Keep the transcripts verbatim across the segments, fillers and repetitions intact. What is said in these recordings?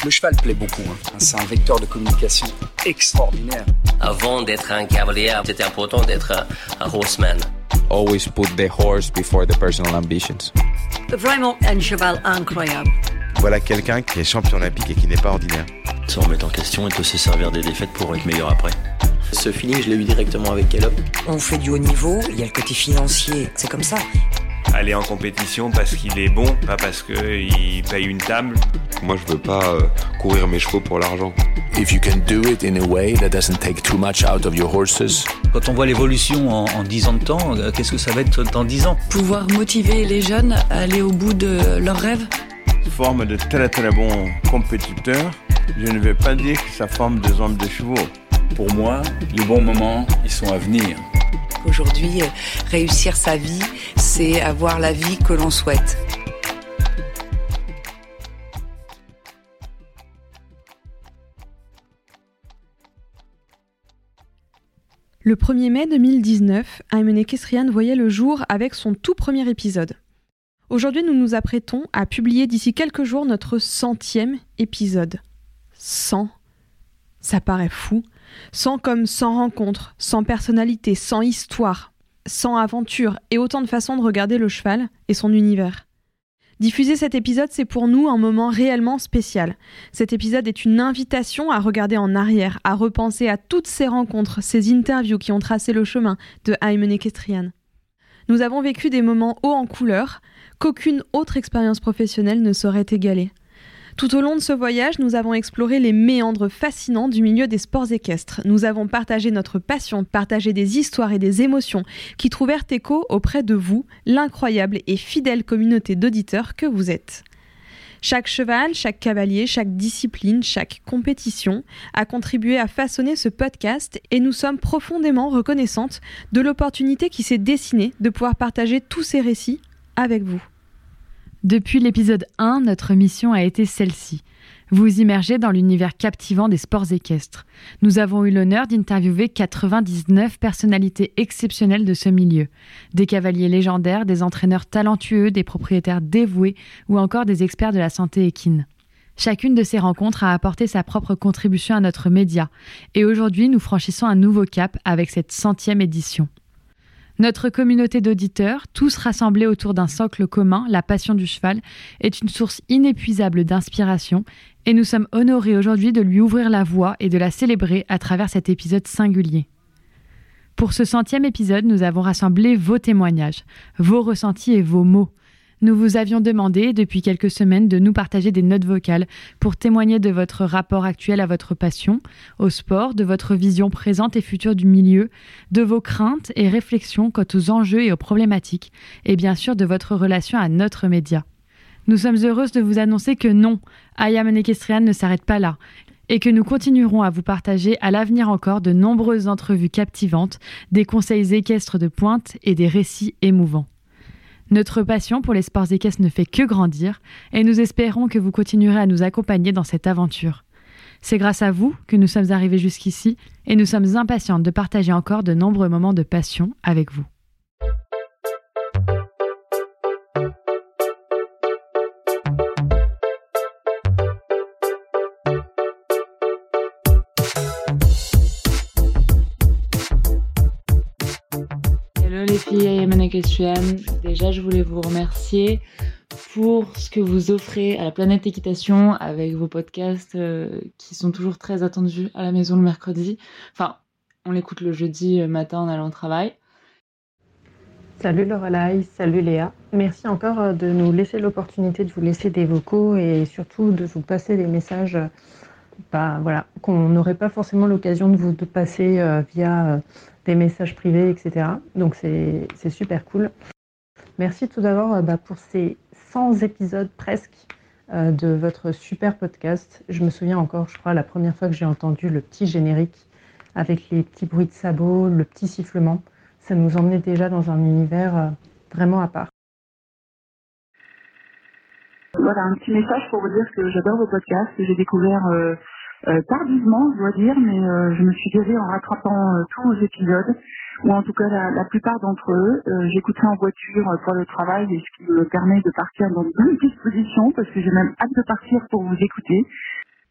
Le cheval plaît beaucoup, hein. C'est un vecteur de communication extraordinaire. Avant d'être un cavalier, c'était important d'être un, un horseman. Always put the horse before the personal ambitions. Vraiment un cheval incroyable. Voilà quelqu'un qui est champion olympique et qui n'est pas ordinaire. Se remettre en question et peut se servir des défaites pour être meilleur après. Ce feeling, je l'ai eu directement avec Caleb. On fait du haut niveau, il y a le côté financier, c'est comme ça. Aller en compétition parce qu'il est bon, pas parce qu'il paye une table. Moi, je veux pas euh, courir mes chevaux pour l'argent. If you can do it in a way that doesn't take too much out of your horses. Quand on voit l'évolution en, en dix ans de temps, qu'est-ce que ça va être dans dix ans ? Pouvoir motiver les jeunes à aller au bout de leurs rêves. Forme de très très bons compétiteurs. Je ne vais pas dire que ça forme des hommes de chevaux. Pour moi, les bons moments, ils sont à venir. Aujourd'hui, réussir sa vie, c'est avoir la vie que l'on souhaite. Le premier mai deux mille dix-neuf, Aymen Ekestrian voyait le jour avec son tout premier épisode. Aujourd'hui, nous nous apprêtons à publier d'ici quelques jours notre centième épisode. cent. Ça paraît fou. cent comme sans rencontre, sans personnalité, sans histoire, sans aventure et autant de façons de regarder le cheval et son univers. Diffuser cet épisode, c'est pour nous un moment réellement spécial. Cet épisode est une invitation à regarder en arrière, à repenser à toutes ces rencontres, ces interviews qui ont tracé le chemin de Aymen Ekestrian. Nous avons vécu des moments hauts en couleur qu'aucune autre expérience professionnelle ne saurait égaler. Tout au long de ce voyage, nous avons exploré les méandres fascinants du milieu des sports équestres. Nous avons partagé notre passion, partagé des histoires et des émotions qui trouvèrent écho auprès de vous, l'incroyable et fidèle communauté d'auditeurs que vous êtes. Chaque cheval, chaque cavalier, chaque discipline, chaque compétition a contribué à façonner ce podcast et nous sommes profondément reconnaissantes de l'opportunité qui s'est dessinée de pouvoir partager tous ces récits avec vous. Depuis l'épisode un, notre mission a été celle-ci. Vous immerger dans l'univers captivant des sports équestres. Nous avons eu l'honneur d'interviewer quatre-vingt-dix-neuf personnalités exceptionnelles de ce milieu. Des cavaliers légendaires, des entraîneurs talentueux, des propriétaires dévoués ou encore des experts de la santé équine. Chacune de ces rencontres a apporté sa propre contribution à notre média. Et aujourd'hui, nous franchissons un nouveau cap avec cette centième édition. Notre communauté d'auditeurs, tous rassemblés autour d'un socle commun, la passion du cheval, est une source inépuisable d'inspiration et nous sommes honorés aujourd'hui de lui ouvrir la voie et de la célébrer à travers cet épisode singulier. Pour ce centième épisode, nous avons rassemblé vos témoignages, vos ressentis et vos mots. Nous vous avions demandé depuis quelques semaines de nous partager des notes vocales pour témoigner de votre rapport actuel à votre passion, au sport, de votre vision présente et future du milieu, de vos craintes et réflexions quant aux enjeux et aux problématiques, et bien sûr de votre relation à notre média. Nous sommes heureuses de vous annoncer que non, Aymen Ekestrian ne s'arrête pas là, et que nous continuerons à vous partager à l'avenir encore de nombreuses entrevues captivantes, des conseils équestres de pointe et des récits émouvants. Notre passion pour les sports équestres ne fait que grandir et nous espérons que vous continuerez à nous accompagner dans cette aventure. C'est grâce à vous que nous sommes arrivés jusqu'ici et nous sommes impatientes de partager encore de nombreux moments de passion avec vous. Les filles, Aymen Ekestrian, déjà je voulais vous remercier pour ce que vous offrez à la planète équitation avec vos podcasts euh, qui sont toujours très attendus à la maison le mercredi. Enfin, on l'écoute le jeudi matin en allant au travail. Salut Lorelai, salut Léa. Merci encore de nous laisser l'opportunité de vous laisser des vocaux et surtout de vous passer des messages bah, voilà, qu'on n'aurait pas forcément l'occasion de vous de passer euh, via... Euh, des messages privés, et cetera. Donc c'est, c'est super cool. Merci tout d'abord euh, bah, pour ces cent épisodes presque euh, de votre super podcast. Je me souviens encore, je crois, la première fois que j'ai entendu le petit générique avec les petits bruits de sabots, le petit sifflement. Ça nous emmenait déjà dans un univers euh, vraiment à part. Voilà, un petit message pour vous dire que j'adore vos podcasts, que j'ai découvert... Euh, Euh, tardivement, je dois dire, mais euh, je me suis gavée en rattrapant euh, tous vos épisodes, ou en tout cas la, la plupart d'entre eux. Euh, j'écoute ça en voiture euh, pour le travail, et ce qui me permet de partir dans de bonnes dispositions, parce que j'ai même hâte de partir pour vous écouter.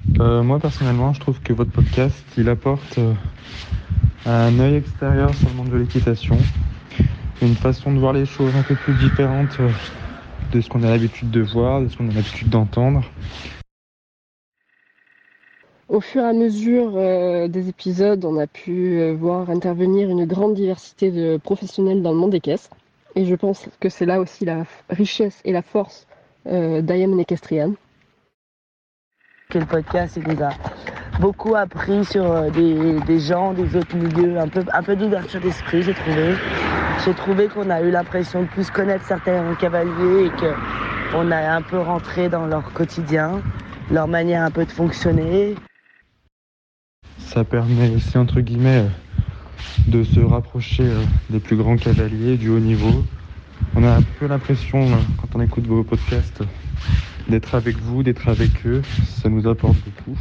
euh, Moi personnellement, je trouve que votre podcast, il apporte euh, un œil extérieur sur le monde de l'équitation, une façon de voir les choses un peu plus différente euh, de ce qu'on a l'habitude de voir, de ce qu'on a l'habitude d'entendre. Au fur et à mesure euh, des épisodes, on a pu euh, voir intervenir une grande diversité de professionnels dans le monde équestre. Et je pense que c'est là aussi la richesse et la force euh, d'I Am an Equestrian. Que le podcast il nous a beaucoup appris sur euh, des, des gens, des autres milieux, un peu, un peu d'ouverture d'esprit, j'ai trouvé. J'ai trouvé qu'on a eu l'impression de plus connaître certains cavaliers et qu'on a un peu rentré dans leur quotidien, leur manière un peu de fonctionner. Ça permet aussi, entre guillemets, de se rapprocher des plus grands cavaliers du haut niveau. On a un peu l'impression, quand on écoute vos podcasts, d'être avec vous, d'être avec eux. Ça nous apporte beaucoup.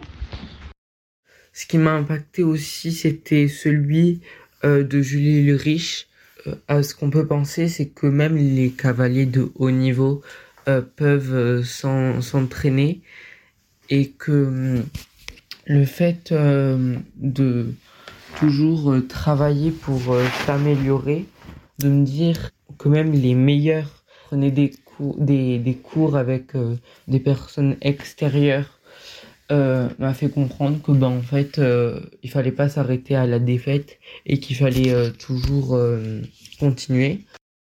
Ce qui m'a impacté aussi, c'était celui euh, de Julie Lurich. Euh, à ce qu'on peut penser, c'est que même les cavaliers de haut niveau euh, peuvent euh, s'en, s'entraîner et que... Le fait euh, de toujours euh, travailler pour euh, s'améliorer, de me dire que même les meilleurs prenaient des cours, des, des cours avec euh, des personnes extérieures, euh, m'a fait comprendre que ben en fait euh, il fallait pas s'arrêter à la défaite et qu'il fallait euh, toujours euh, continuer.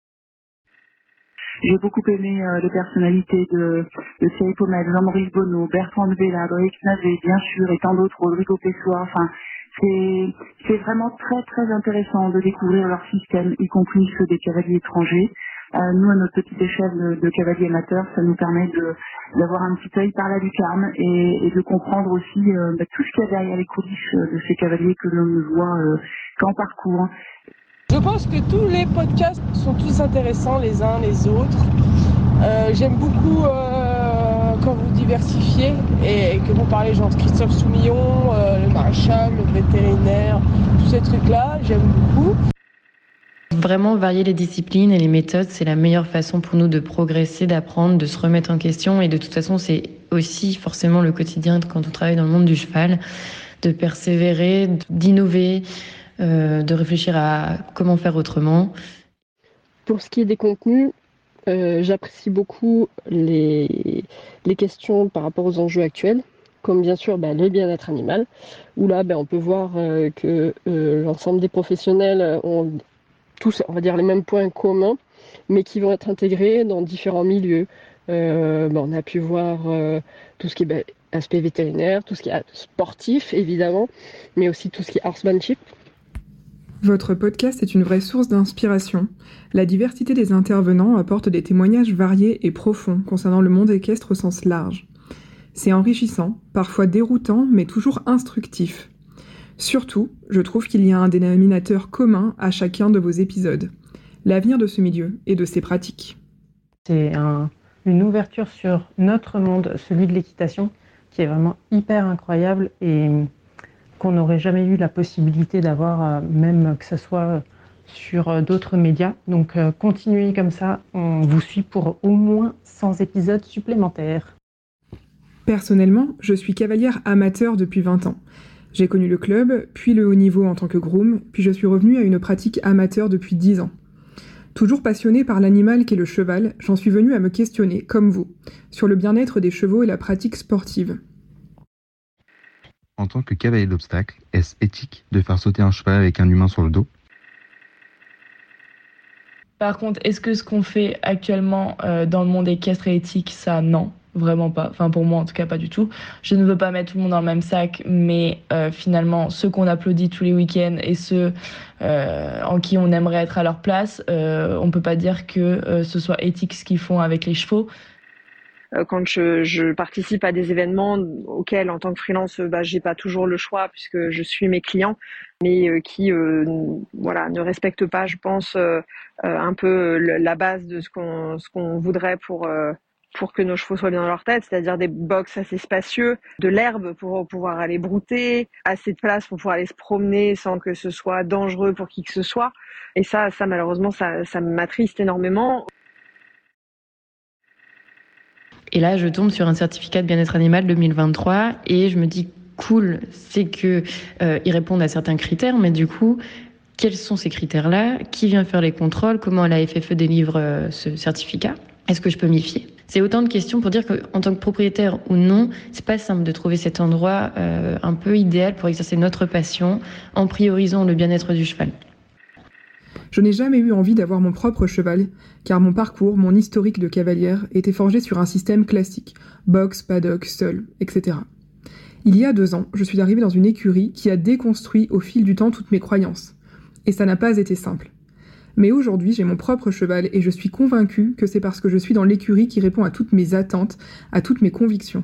J'ai beaucoup aimé euh, les personnalités de, de Thierry Pommel, Jean-Maurice Bonneau, Bertrand de Vella, Loïc Navet, bien sûr, et tant d'autres, Rodrigo Pessoa. Enfin, c'est, c'est vraiment très très intéressant de découvrir leur système, y compris ceux des cavaliers étrangers. Euh, nous, à notre petite échelle de, de cavaliers amateurs, ça nous permet de, d'avoir un petit œil par la lucarne et, et de comprendre aussi euh, bah, tout ce qu'il y a derrière les coulisses de ces cavaliers que l'on ne voit euh, qu'en parcours. Je pense que tous les podcasts sont tous intéressants les uns les autres. Euh, j'aime beaucoup euh, quand vous diversifiez et que vous parlez genre Christophe Soumillon, euh, le maréchal, le vétérinaire, tous ces trucs-là, j'aime beaucoup. Vraiment varier les disciplines et les méthodes, c'est la meilleure façon pour nous de progresser, d'apprendre, de se remettre en question. Et de toute façon, c'est aussi forcément le quotidien quand on travaille dans le monde du cheval, de persévérer, d'innover, Euh, de réfléchir à comment faire autrement. Pour ce qui est des contenus, euh, j'apprécie beaucoup les, les questions par rapport aux enjeux actuels, comme bien sûr bah, le bien-être animal, où là bah, on peut voir euh, que euh, l'ensemble des professionnels ont tous, on va dire, les mêmes points communs, mais qui vont être intégrés dans différents milieux. Euh, bah, on a pu voir euh, tout ce qui est bah, aspect vétérinaire, tout ce qui est sportif évidemment, mais aussi tout ce qui est horsemanship. Votre podcast est une vraie source d'inspiration. La diversité des intervenants apporte des témoignages variés et profonds concernant le monde équestre au sens large. C'est enrichissant, parfois déroutant, mais toujours instructif. Surtout, je trouve qu'il y a un dénominateur commun à chacun de vos épisodes. L'avenir de ce milieu et de ses pratiques. C'est un, une ouverture sur notre monde, celui de l'équitation, qui est vraiment hyper incroyable et qu'on n'aurait jamais eu la possibilité d'avoir, euh, même que ce soit sur euh, d'autres médias. Donc euh, continuez comme ça, on vous suit pour au moins cent épisodes supplémentaires. Personnellement, je suis cavalière amateur depuis vingt ans. J'ai connu le club, puis le haut niveau en tant que groom, puis je suis revenue à une pratique amateur depuis dix ans. Toujours passionnée par l'animal qu'est le cheval, j'en suis venue à me questionner, comme vous, sur le bien-être des chevaux et la pratique sportive. En tant que cavalier d'obstacle, est-ce éthique de faire sauter un cheval avec un humain sur le dos ? Par contre, est-ce que ce qu'on fait actuellement euh, dans le monde équestre est éthique ? Ça, non, vraiment pas. Enfin, pour moi, en tout cas, pas du tout. Je ne veux pas mettre tout le monde dans le même sac, mais euh, finalement, ceux qu'on applaudit tous les week-ends et ceux euh, en qui on aimerait être à leur place, euh, on peut pas dire que euh, ce soit éthique ce qu'ils font avec les chevaux. Quand je, je participe à des événements auxquels, en tant que freelance, bah, j'ai pas toujours le choix puisque je suis mes clients, mais euh, qui, euh, voilà, ne respectent pas, je pense, euh, un peu la base de ce qu'on, ce qu'on voudrait pour euh, pour que nos chevaux soient bien dans leur tête, c'est-à-dire des box assez spacieux, de l'herbe pour pouvoir aller brouter, assez de place pour pouvoir aller se promener sans que ce soit dangereux pour qui que ce soit. Et ça, ça malheureusement, ça, ça m'attriste énormément. Et là, je tombe sur un certificat de bien-être animal deux mille vingt-trois et je me dis cool, c'est que euh, ils répondent à certains critères, mais du coup, quels sont ces critères-là ? Qui vient faire les contrôles ? Comment la F F E délivre euh, ce certificat ? Est-ce que je peux m'y fier ? C'est autant de questions pour dire qu'en tant que propriétaire ou non, c'est pas simple de trouver cet endroit euh, un peu idéal pour exercer notre passion en priorisant le bien-être du cheval. Je n'ai jamais eu envie d'avoir mon propre cheval, car mon parcours, mon historique de cavalière était forgé sur un système classique, box, paddock, seul, et cetera. Il y a deux ans, je suis arrivée dans une écurie qui a déconstruit au fil du temps toutes mes croyances. Et ça n'a pas été simple. Mais aujourd'hui, j'ai mon propre cheval et je suis convaincue que c'est parce que je suis dans l'écurie qui répond à toutes mes attentes, à toutes mes convictions.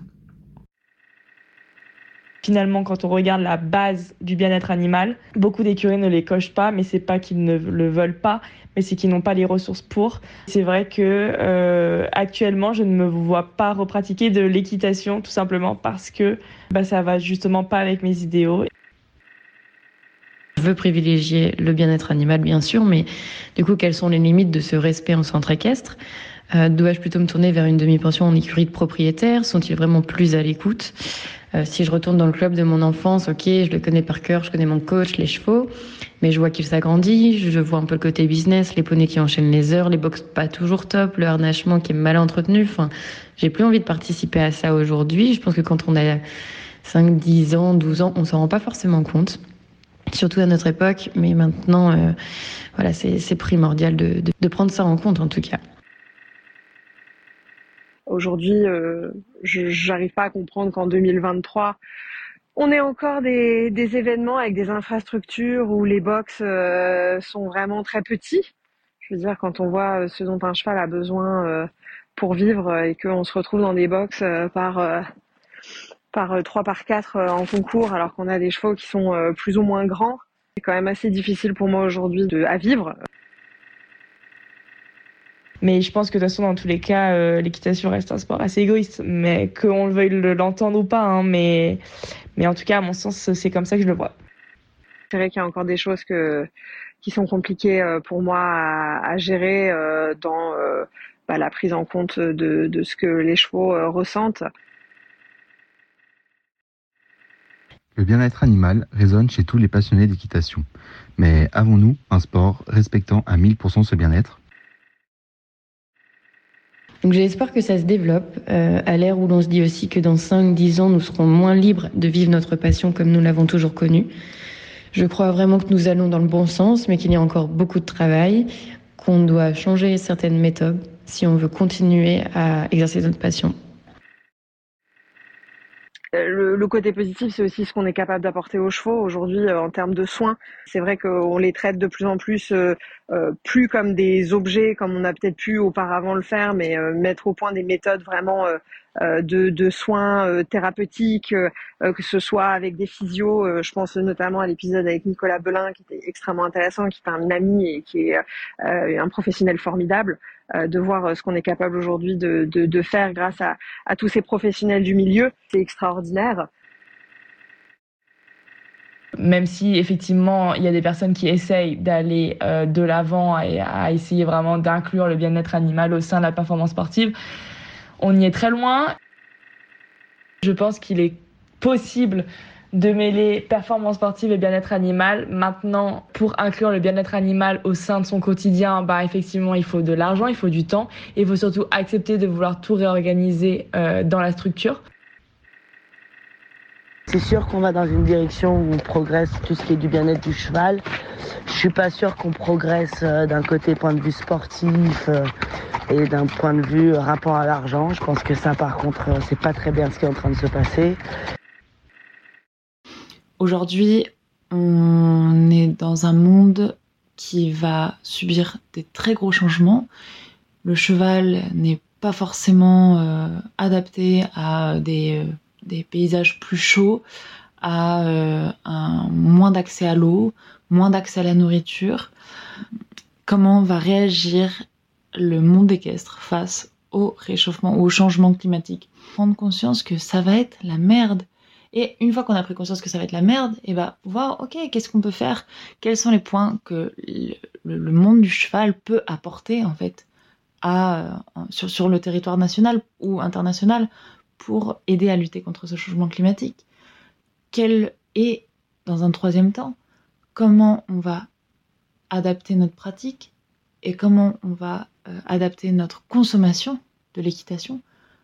Finalement, quand on regarde la base du bien-être animal, beaucoup d'écuries ne les cochent pas, mais c'est pas qu'ils ne le veulent pas, mais c'est qu'ils n'ont pas les ressources pour. C'est vrai que euh, actuellement, je ne me vois pas repratiquer de l'équitation, tout simplement parce que bah, ça va justement pas avec mes idéaux. Je veux privilégier le bien-être animal, bien sûr, mais du coup, quelles sont les limites de ce respect en centre équestre ? euh, Dois-je plutôt me tourner vers une demi-pension en écurie de propriétaire ? Sont-ils vraiment plus à l'écoute ? euh, Si je retourne dans le club de mon enfance, ok, je le connais par cœur, je connais mon coach, les chevaux, mais je vois qu'il s'agrandit, je vois un peu le côté business, les poneys qui enchaînent les heures, les box pas toujours top, le harnachement qui est mal entretenu. Enfin, j'ai plus envie de participer à ça aujourd'hui. Je pense que quand on a cinq, dix ans, douze ans, on s'en rend pas forcément compte. Surtout à notre époque, mais maintenant, euh, voilà, c'est, c'est primordial de, de, de prendre ça en compte, en tout cas. Aujourd'hui, euh, je n'arrive pas à comprendre qu'en deux mille vingt-trois, on ait encore des, des événements avec des infrastructures où les box euh, sont vraiment très petits. Je veux dire, quand on voit ce dont un cheval a besoin euh, pour vivre et qu'on se retrouve dans des box euh, par... Euh, par trois par quatre en concours, alors qu'on a des chevaux qui sont plus ou moins grands. C'est quand même assez difficile pour moi aujourd'hui de, à vivre. Mais je pense que de toute façon, dans tous les cas, euh, l'équitation reste un sport assez égoïste, mais qu'on le veuille l'entendre ou pas. Hein, mais, mais en tout cas, à mon sens, c'est comme ça que je le vois. C'est vrai qu'il y a encore des choses que, qui sont compliquées pour moi à, à gérer euh, dans euh, bah, la prise en compte de, de ce que les chevaux euh, ressentent. Le bien-être animal résonne chez tous les passionnés d'équitation. Mais avons-nous un sport respectant à mille pour cent ce bien-être ? Donc j'espère que ça se développe euh, à l'ère où l'on se dit aussi que dans cinq dix ans, nous serons moins libres de vivre notre passion comme nous l'avons toujours connue. Je crois vraiment que nous allons dans le bon sens, mais qu'il y a encore beaucoup de travail, qu'on doit changer certaines méthodes si on veut continuer à exercer notre passion. Le, le côté positif, c'est aussi ce qu'on est capable d'apporter aux chevaux aujourd'hui euh, en termes de soins. C'est vrai qu'on les traite de plus en plus, euh, euh, plus comme des objets, comme on a peut-être pu auparavant le faire, mais euh, mettre au point des méthodes vraiment euh, euh, de, de soins euh, thérapeutiques, euh, que ce soit avec des physios. Euh, je pense notamment à l'épisode avec Nicolas Belin, qui était extrêmement intéressant, qui est un ami et qui est euh, un professionnel formidable. Euh, de voir ce qu'on est capable aujourd'hui de, de, de faire grâce à, à tous ces professionnels du milieu. C'est extraordinaire. Même si effectivement il y a des personnes qui essayent d'aller euh, de l'avant et à essayer vraiment d'inclure le bien-être animal au sein de la performance sportive, on y est très loin. Je pense qu'il est possible de mêler performance sportive et bien-être animal. Maintenant, pour inclure le bien-être animal au sein de son quotidien, bah effectivement, il faut de l'argent, il faut du temps, et il faut surtout accepter de vouloir tout réorganiser euh, dans la structure. C'est sûr qu'on va dans une direction où on progresse tout ce qui est du bien-être du cheval. Je suis pas sûr qu'on progresse euh, d'un côté point de vue sportif euh, et d'un point de vue euh, rapport à l'argent. Je pense que ça, par contre, euh, c'est pas très bien ce qui est en train de se passer. Aujourd'hui, on est dans un monde qui va subir des très gros changements. Le cheval n'est pas forcément euh, adapté à des, euh, des paysages plus chauds, à euh, un, moins d'accès à l'eau, moins d'accès à la nourriture. Comment va réagir le monde équestre face au réchauffement ou au changement climatique ? Prendre conscience que ça va être la merde. Et une fois qu'on a pris conscience que ça va être la merde, et bah voir, ok, qu'est-ce qu'on peut faire ? Quels sont les points que le, le monde du cheval peut apporter en fait à, sur, sur le territoire national ou international pour aider à lutter contre ce changement climatique? Quel est, dans un troisième temps, comment on va adapter notre pratique et comment on va euh, adapter notre consommation de l'équitation?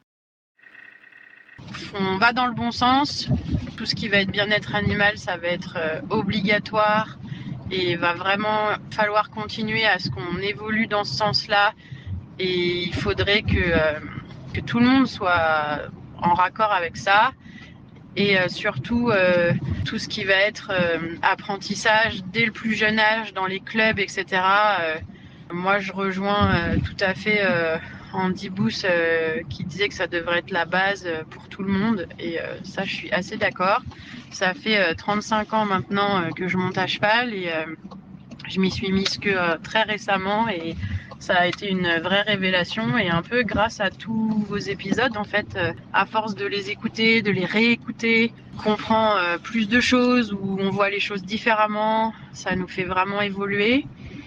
On va dans le bon sens. Tout ce qui va être bien-être animal, ça va être euh, obligatoire et il va vraiment falloir continuer à ce qu'on évolue dans ce sens-là. Et il faudrait que, euh, que tout le monde soit en raccord avec ça. Et euh, surtout, euh, tout ce qui va être euh, apprentissage dès le plus jeune âge dans les clubs, et cetera. Euh, moi, je rejoins euh, tout à fait euh, Andy Booth euh, qui disait que ça devrait être la base pour tout le monde. Et euh, ça, je suis assez d'accord. Ça fait euh, trente-cinq ans maintenant euh, que je monte à cheval et euh, je m'y suis mise que euh, très récemment. Et ça a été une vraie révélation et un peu grâce à tous vos épisodes, en fait, euh, à force de les écouter, de les réécouter, on comprend euh, plus de choses, où on voit les choses différemment, ça nous fait vraiment évoluer.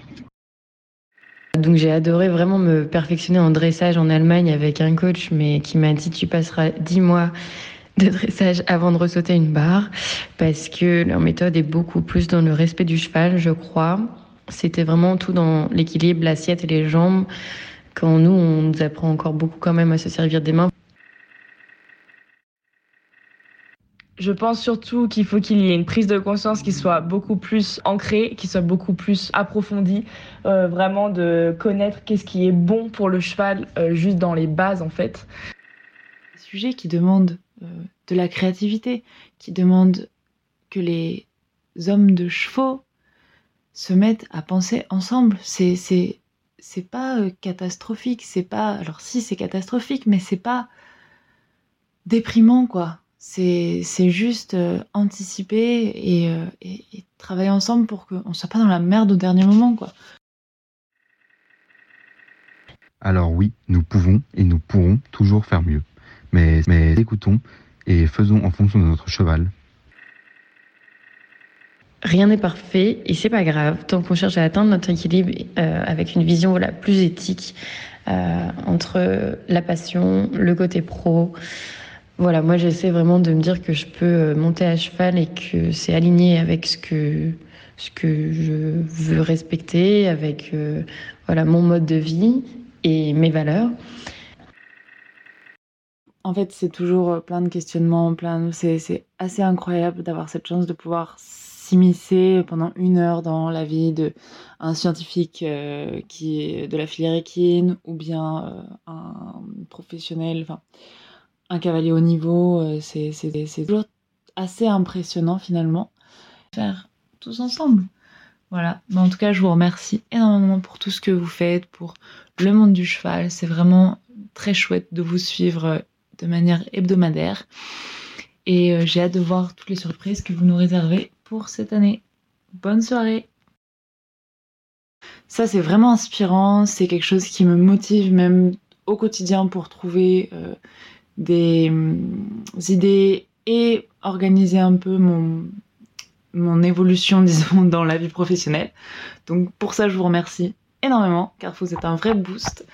Donc j'ai adoré vraiment me perfectionner en dressage en Allemagne avec un coach, mais qui m'a dit tu passeras dix mois de dressage avant de ressauter une barre, parce que leur méthode est beaucoup plus dans le respect du cheval, je crois. C'était vraiment tout dans l'équilibre, l'assiette et les jambes, quand nous, on nous apprend encore beaucoup quand même à se servir des mains. Je pense surtout qu'il faut qu'il y ait une prise de conscience qui soit beaucoup plus ancrée, qui soit beaucoup plus approfondie, euh, vraiment de connaître qu'est-ce qui est bon pour le cheval, euh, juste dans les bases en fait. Des sujets qui demandent euh, de la créativité, qui demandent que les hommes de chevaux se mettent à penser ensemble. C'est, c'est, c'est pas euh, catastrophique, c'est pas... Alors si, c'est catastrophique, mais c'est pas déprimant, quoi. C'est, c'est juste euh, anticiper et, euh, et, et travailler ensemble pour qu'on soit pas dans la merde au dernier moment, quoi. Alors oui, nous pouvons et nous pourrons toujours faire mieux. Mais, mais écoutons et faisons en fonction de notre cheval. Rien n'est parfait et c'est pas grave tant qu'on cherche à atteindre notre équilibre euh, avec une vision voilà, plus éthique euh, entre la passion, le côté pro. Voilà, moi j'essaie vraiment de me dire que je peux monter à cheval et que c'est aligné avec ce que, ce que je veux respecter, avec euh, voilà, mon mode de vie et mes valeurs. En fait, c'est toujours plein de questionnements, plein de... c'est, c'est assez incroyable d'avoir cette chance de pouvoir s'immiscer pendant une heure dans la vie d'un scientifique euh, qui est de la filière équine ou bien euh, un professionnel, enfin un cavalier haut niveau. Euh, c'est, c'est, c'est toujours assez impressionnant finalement. Faire tous ensemble. Voilà. Mais en tout cas, je vous remercie énormément pour tout ce que vous faites, pour le monde du cheval. C'est vraiment très chouette de vous suivre de manière hebdomadaire. Et euh, j'ai hâte de voir toutes les surprises que vous nous réservez pour cette année. Bonne soirée. Ça, c'est vraiment inspirant. C'est quelque chose qui me motive même au quotidien pour trouver euh, des euh, idées et organiser un peu mon, mon évolution, disons, dans la vie professionnelle. Donc pour ça, je vous remercie énormément, car vous êtes un vrai boost.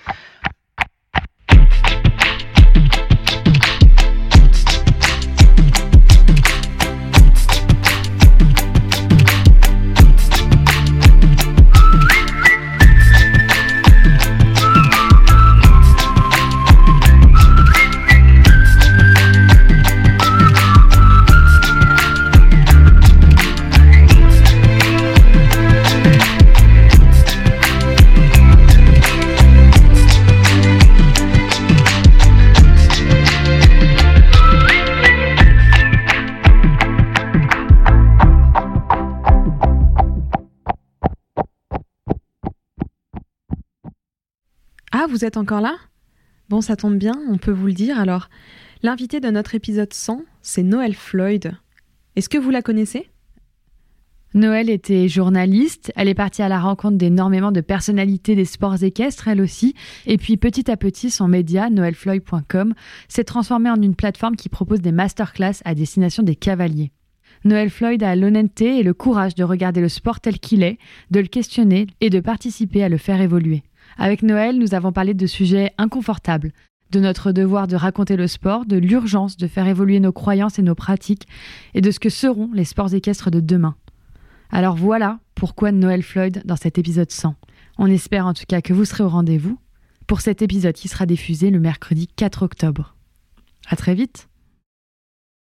Ah, vous êtes encore là ? Bon, ça tombe bien, on peut vous le dire. Alors, l'invitée de notre épisode cent, c'est Noëlle Floyd. Est-ce que vous la connaissez ? Noëlle était journaliste, elle est partie à la rencontre d'énormément de personnalités des sports équestres, elle aussi. Et puis petit à petit, son média, noëlle floyd point com, s'est transformé en une plateforme qui propose des masterclass à destination des cavaliers. Noëlle Floyd a l'honnêteté et le courage de regarder le sport tel qu'il est, de le questionner et de participer à le faire évoluer. Avec Noël, nous avons parlé de sujets inconfortables, de notre devoir de raconter le sport, de l'urgence de faire évoluer nos croyances et nos pratiques, et de ce que seront les sports équestres de demain. Alors voilà pourquoi Noël Floyd dans cet épisode cent. On espère en tout cas que vous serez au rendez-vous pour cet épisode qui sera diffusé le mercredi quatre octobre. À très vite.